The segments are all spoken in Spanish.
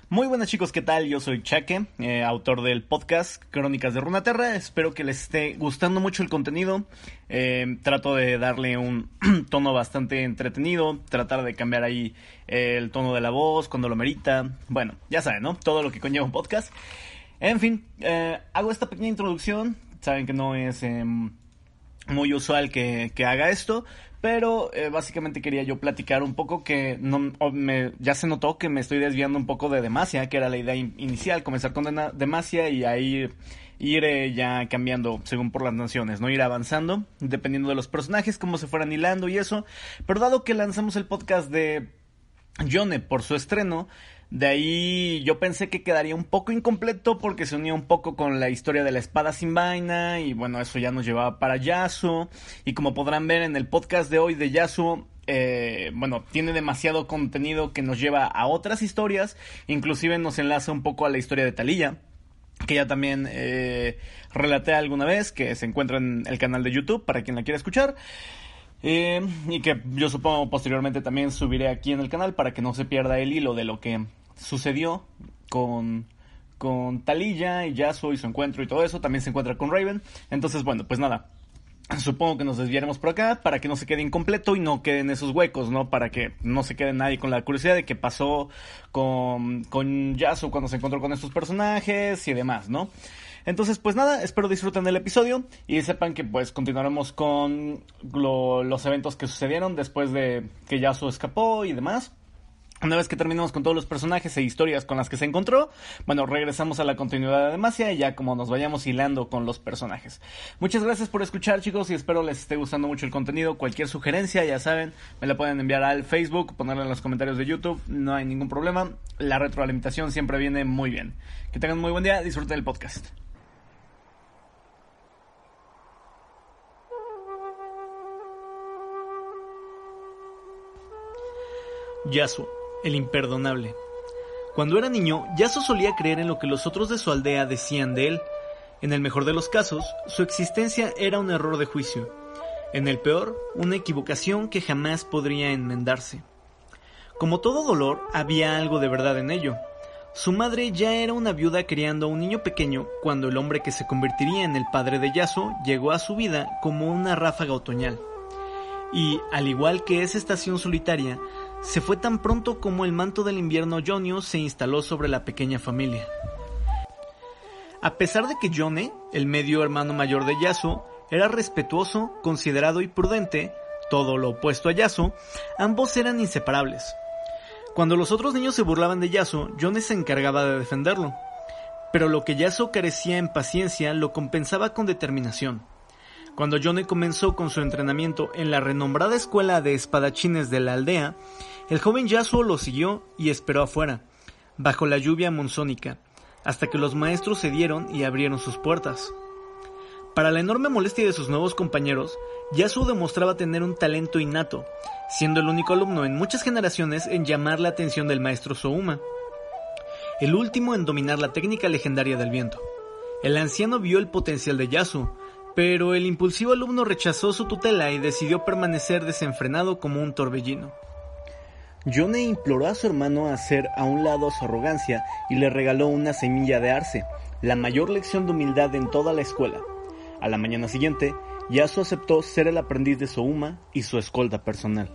Muy buenas chicos, ¿qué tal? Yo soy Chaque, autor del podcast Crónicas de Runaterra. Espero que les esté gustando mucho el contenido. Trato de darle un tono bastante entretenido, tratar de cambiar ahí el tono de la voz cuando lo merita. Bueno, ya saben, ¿no? Todo lo que conlleva un podcast. En fin, hago esta pequeña introducción. Saben que no es muy usual que haga esto, pero básicamente quería yo platicar un poco que ya se notó que me estoy desviando un poco de Demacia, que era la idea inicial, comenzar con Demacia y ahí ir ya cambiando según por las naciones, ¿no? Ir avanzando, dependiendo de los personajes, cómo se fueran hilando y eso. Pero dado que lanzamos el podcast de Yone por su estreno, de ahí yo pensé que quedaría un poco incompleto porque se unía un poco con la historia de la espada sin vaina y bueno, eso ya nos llevaba para Yasuo. Y como podrán ver en el podcast de hoy de Yasuo, bueno, tiene demasiado contenido que nos lleva a otras historias, inclusive nos enlaza un poco a la historia de Taliyah, que ya también relaté alguna vez, que se encuentra en el canal de YouTube para quien la quiera escuchar. Y que yo supongo posteriormente también subiré aquí en el canal para que no se pierda el hilo de lo que sucedió con Taliyah y Yasuo y su encuentro y todo eso. También se encuentra con Raven. Entonces bueno, pues nada, supongo que nos desviaremos por acá para que no se quede incompleto y no queden esos huecos, ¿no? Para que no se quede nadie con la curiosidad de qué pasó con Yasuo cuando se encontró con estos personajes y demás, ¿no? Entonces, pues nada, espero disfruten del episodio y sepan que pues continuaremos con los eventos que sucedieron después de que Yasuo escapó y demás. Una vez que terminemos con todos los personajes e historias con las que se encontró, bueno, regresamos a la continuidad de Demacia y ya como nos vayamos hilando con los personajes. Muchas gracias por escuchar, chicos, y espero les esté gustando mucho el contenido. Cualquier sugerencia, ya saben, me la pueden enviar al Facebook, ponerla en los comentarios de YouTube, no hay ningún problema. La retroalimentación siempre viene muy bien. Que tengan muy buen día, disfruten el podcast. Yasuo, el imperdonable. Cuando era niño, Yasuo solía creer en lo que los otros de su aldea decían de él. En el mejor de los casos, su existencia era un error de juicio. En el peor, una equivocación que jamás podría enmendarse. Como todo dolor, había algo de verdad en ello. Su madre ya era una viuda criando a un niño pequeño cuando el hombre que se convertiría en el padre de Yasuo llegó a su vida como una ráfaga otoñal. Y, al igual que esa estación solitaria, se fue tan pronto como el manto del invierno Yonio se instaló sobre la pequeña familia. A pesar de que Yone, el medio hermano mayor de Yasuo, era respetuoso, considerado y prudente, todo lo opuesto a Yasuo, ambos eran inseparables. Cuando los otros niños se burlaban de Yasuo, Yone se encargaba de defenderlo. Pero lo que Yasuo carecía en paciencia lo compensaba con determinación. Cuando Yone comenzó con su entrenamiento en la renombrada escuela de espadachines de la aldea, el joven Yasuo lo siguió y esperó afuera, bajo la lluvia monzónica, hasta que los maestros cedieron y abrieron sus puertas. Para la enorme molestia de sus nuevos compañeros, Yasuo demostraba tener un talento innato, siendo el único alumno en muchas generaciones en llamar la atención del maestro Souma, el último en dominar la técnica legendaria del viento. El anciano vio el potencial de Yasuo, pero el impulsivo alumno rechazó su tutela y decidió permanecer desenfrenado como un torbellino. Yone imploró a su hermano hacer a un lado su arrogancia y le regaló una semilla de arce, la mayor lección de humildad en toda la escuela. A la mañana siguiente, Yasuo aceptó ser el aprendiz de Souma y su escolta personal.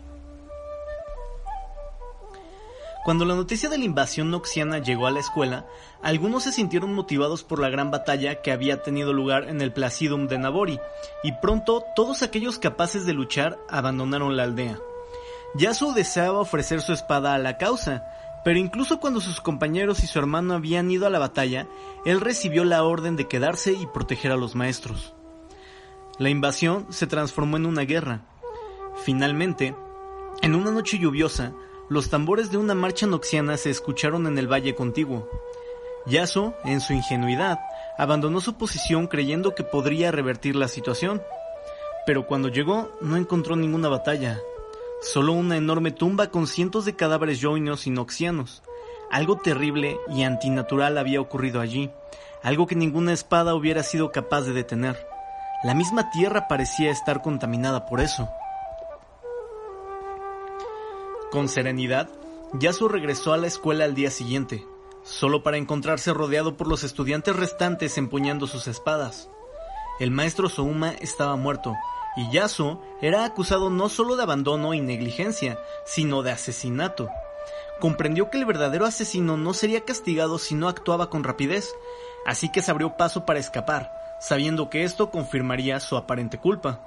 Cuando la noticia de la invasión noxiana llegó a la escuela, algunos se sintieron motivados por la gran batalla que había tenido lugar en el Placidum de Nabori, y pronto todos aquellos capaces de luchar abandonaron la aldea. Yasuo deseaba ofrecer su espada a la causa, pero incluso cuando sus compañeros y su hermano habían ido a la batalla, él recibió la orden de quedarse y proteger a los maestros. La invasión se transformó en una guerra. Finalmente, en una noche lluviosa, los tambores de una marcha noxiana se escucharon en el valle contiguo. Yasuo, en su ingenuidad, abandonó su posición creyendo que podría revertir la situación. Pero cuando llegó, no encontró ninguna batalla. Solo una enorme tumba con cientos de cadáveres yoinios y noxianos. Algo terrible y antinatural había ocurrido allí, algo que ninguna espada hubiera sido capaz de detener. La misma tierra parecía estar contaminada por eso. Con serenidad, Yasuo regresó a la escuela al día siguiente. solo para encontrarse rodeado por los estudiantes restantes empuñando sus espadas. El maestro Souma estaba muerto, y Yasuo era acusado no solo de abandono y negligencia, sino de asesinato. Comprendió que el verdadero asesino no sería castigado si no actuaba con rapidez, así que se abrió paso para escapar, sabiendo que esto confirmaría su aparente culpa.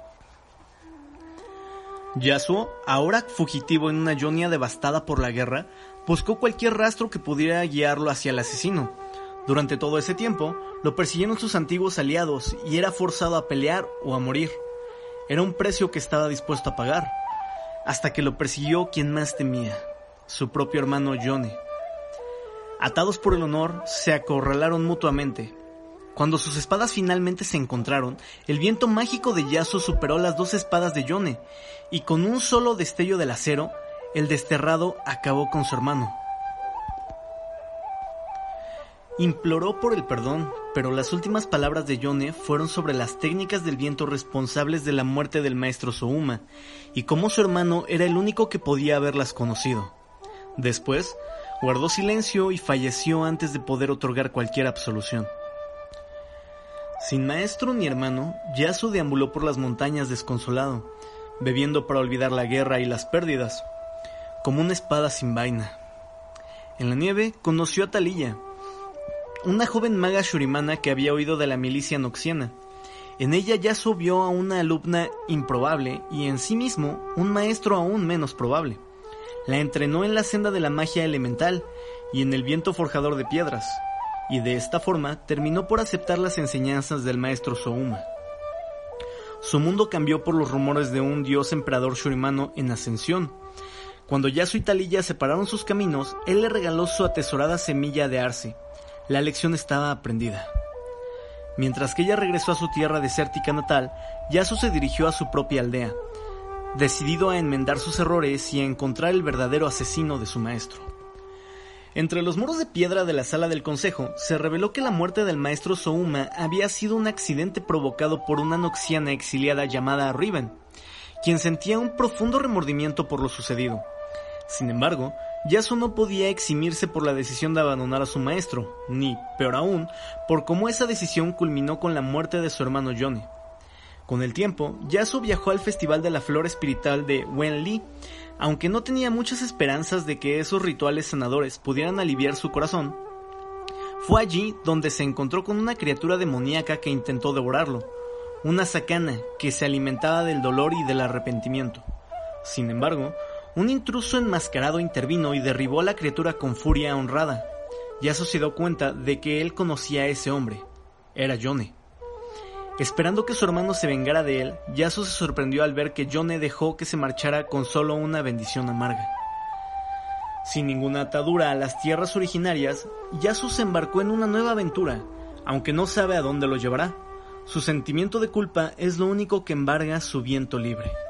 Yasuo, ahora fugitivo en una Jonia devastada por la guerra, buscó cualquier rastro que pudiera guiarlo hacia el asesino. Durante todo ese tiempo, lo persiguieron sus antiguos aliados y era forzado a pelear o a morir. Era un precio que estaba dispuesto a pagar, hasta que lo persiguió quien más temía, su propio hermano Yone. Atados por el honor, se acorralaron mutuamente. Cuando sus espadas finalmente se encontraron, el viento mágico de Yasuo superó las dos espadas de Yone, y con un solo destello del acero, el desterrado acabó con su hermano. Imploró por el perdón, pero las últimas palabras de Yone fueron sobre las técnicas del viento responsables de la muerte del maestro Souma, y cómo su hermano era el único que podía haberlas conocido. Después, guardó silencio y falleció antes de poder otorgar cualquier absolución. Sin maestro ni hermano, Yasuo deambuló por las montañas desconsolado, bebiendo para olvidar la guerra y las pérdidas, como una espada sin vaina. En la nieve conoció a Thalía, una joven maga shurimana que había oído de la milicia noxiana. En ella Yasuo vio a una alumna improbable y en sí mismo un maestro aún menos probable. La entrenó en la senda de la magia elemental y en el viento forjador de piedras, y de esta forma terminó por aceptar las enseñanzas del maestro Souma. Su mundo cambió por los rumores de un dios emperador shurimano en ascensión. Cuando Yasuo y Thalía separaron sus caminos, él le regaló su atesorada semilla de arce. La lección estaba aprendida. Mientras que ella regresó a su tierra desértica natal, Yasuo se dirigió a su propia aldea, decidido a enmendar sus errores y a encontrar el verdadero asesino de su maestro. Entre los muros de piedra de la sala del consejo, se reveló que la muerte del maestro Souma había sido un accidente provocado por una noxiana exiliada llamada Riven, quien sentía un profundo remordimiento por lo sucedido. Sin embargo, Yasuo no podía eximirse por la decisión de abandonar a su maestro, ni, peor aún, por cómo esa decisión culminó con la muerte de su hermano Yone. Con el tiempo, Yasuo viajó al Festival de la Flor Espiritual de Wenli, aunque no tenía muchas esperanzas de que esos rituales sanadores pudieran aliviar su corazón. Fue allí donde se encontró con una criatura demoníaca que intentó devorarlo, una sakana que se alimentaba del dolor y del arrepentimiento. Sin embargo, un intruso enmascarado intervino y derribó a la criatura con furia honrada. Yasuo se dio cuenta de que él conocía a ese hombre. Era Yone. Esperando que su hermano se vengara de él, Yasuo se sorprendió al ver que Yone dejó que se marchara con solo una bendición amarga. Sin ninguna atadura a las tierras originarias, Yasuo se embarcó en una nueva aventura, aunque no sabe a dónde lo llevará. Su sentimiento de culpa es lo único que embarga su viento libre.